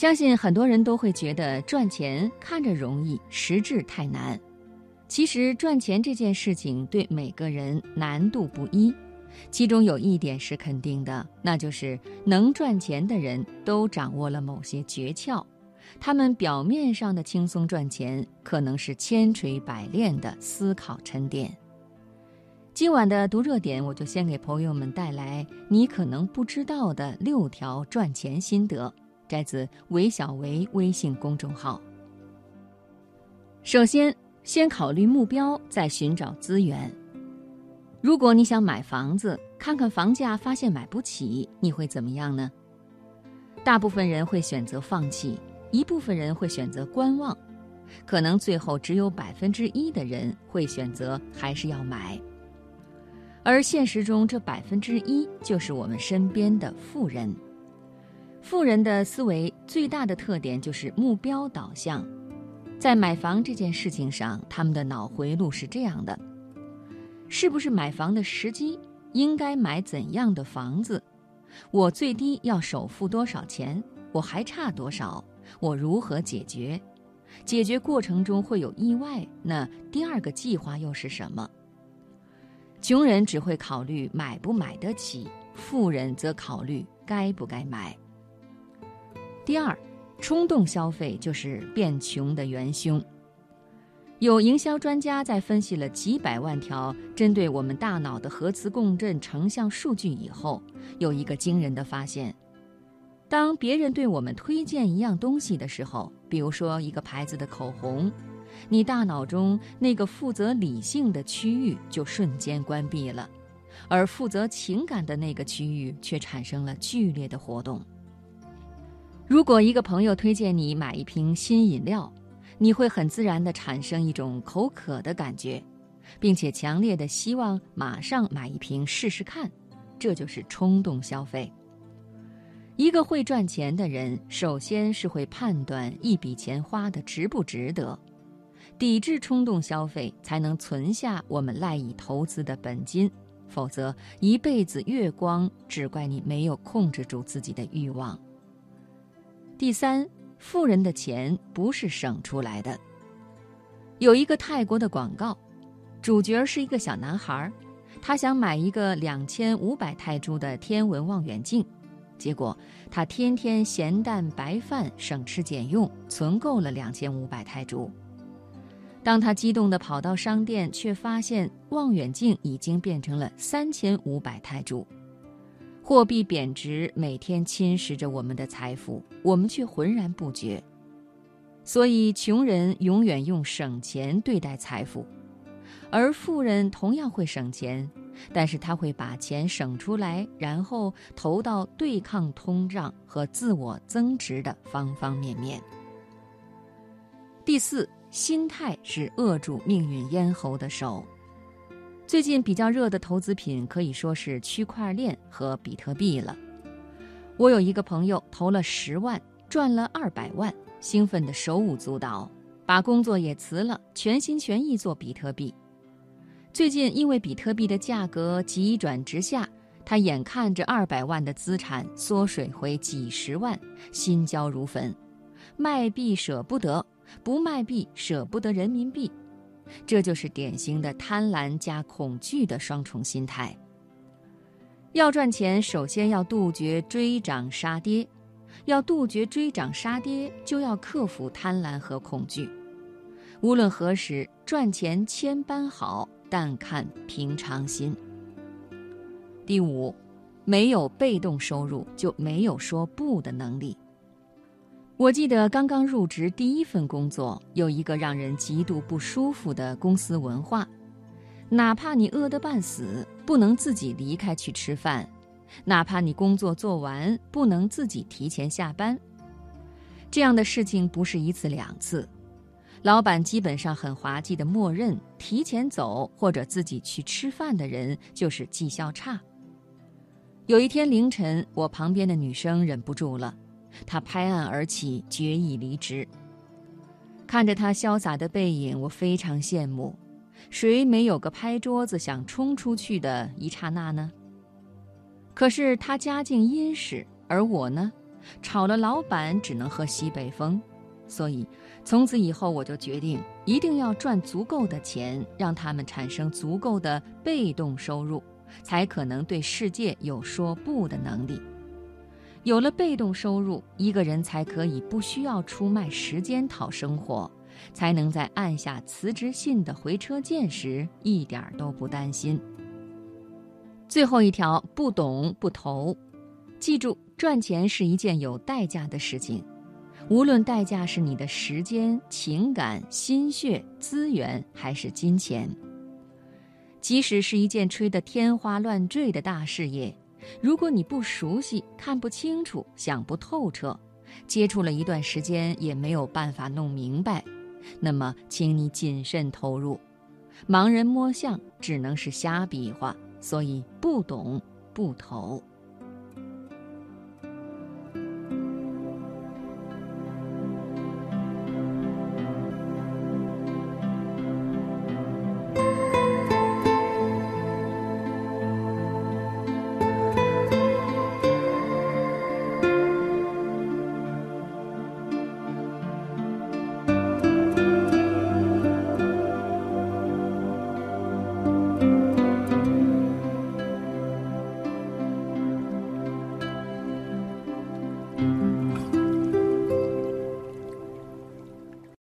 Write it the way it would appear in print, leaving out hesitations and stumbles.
相信很多人都会觉得赚钱看着容易，实质太难。其实赚钱这件事情对每个人难度不一，其中有一点是肯定的，那就是能赚钱的人都掌握了某些诀窍，他们表面上的轻松赚钱，可能是千锤百炼的思考沉淀。今晚的读热点，我就先给朋友们带来你可能不知道的6条赚钱心得，摘自韦小维微信公众号。首先考虑目标，再寻找资源。如果你想买房子，看看房价发现买不起，你会怎么样呢？大部分人会选择放弃，一部分人会选择观望，可能最后只有1%的人会选择还是要买。而现实中这1%就是我们身边的富人。富人的思维最大的特点就是目标导向，在买房这件事情上，他们的脑回路是这样的：是不是买房的时机？应该买怎样的房子？我最低要首付多少钱？我还差多少？我如何解决？解决过程中会有意外，那第二个计划又是什么？穷人只会考虑买不买得起，富人则考虑该不该买。第二，冲动消费就是变穷的元凶。有营销专家在分析了几百万条针对我们大脑的核磁共振成像数据以后，有一个惊人的发现：当别人对我们推荐一样东西的时候，比如说一个牌子的口红，你大脑中那个负责理性的区域就瞬间关闭了，而负责情感的那个区域却产生了剧烈的活动。如果一个朋友推荐你买一瓶新饮料，你会很自然地产生一种口渴的感觉，并且强烈地希望马上买一瓶试试看，这就是冲动消费。一个会赚钱的人，首先是会判断一笔钱花得值不值得，抵制冲动消费，才能存下我们赖以投资的本金，否则一辈子月光，只怪你没有控制住自己的欲望。第三，富人的钱不是省出来的。有一个泰国的广告，主角是一个小男孩，他想买一个2500泰铢的天文望远镜，结果他天天咸淡白饭，省吃俭用，存够了2500泰铢。当他激动地跑到商店，却发现望远镜已经变成了3500泰铢。货币贬值每天侵蚀着我们的财富，我们却浑然不觉。所以穷人永远用省钱对待财富，而富人同样会省钱，但是他会把钱省出来，然后投到对抗通胀和自我增值的方方面面。第四，心态是扼住命运咽喉的手。最近比较热的投资品可以说是区块链和比特币了。我有一个朋友投了10万，赚了200万，兴奋得手舞足蹈，把工作也辞了，全心全意做比特币。最近因为比特币的价格急转直下，他眼看着200万的资产缩水回几十万，心焦如焚，卖币舍不得，不卖币舍不得人民币。这就是典型的贪婪加恐惧的双重心态。要赚钱，首先要杜绝追涨杀跌，要杜绝追涨杀跌，就要克服贪婪和恐惧。无论何时，赚钱千般好，但看平常心。第五，没有被动收入，就没有说不的能力。我记得刚刚入职第1份工作，有一个让人极度不舒服的公司文化，哪怕你饿得半死，不能自己离开去吃饭，哪怕你工作做完，不能自己提前下班。这样的事情不是1次2次，老板基本上很滑稽地默认提前走或者自己去吃饭的人就是绩效差。有一天凌晨，我旁边的女生忍不住了，她拍案而起，决意离职。看着她潇洒的背影，我非常羡慕，谁没有个拍桌子想冲出去的一刹那呢？可是她家境殷实，而我呢， 炒了老板只能喝西北风。所以从此以后我就决定一定要赚足够的钱，让他们产生足够的被动收入，才可能对世界有说不的能力。有了被动收入，一个人才可以不需要出卖时间讨生活，才能在按下辞职信的回车键时一点都不担心。最后一条，不懂不投。记住，赚钱是一件有代价的事情，无论代价是你的时间、情感、心血、资源还是金钱。即使是一件吹得天花乱坠的大事业，如果你不熟悉、看不清楚、想不透彻，接触了一段时间也没有办法弄明白，那么请你谨慎投入。盲人摸象只能是瞎比划，所以不懂不投。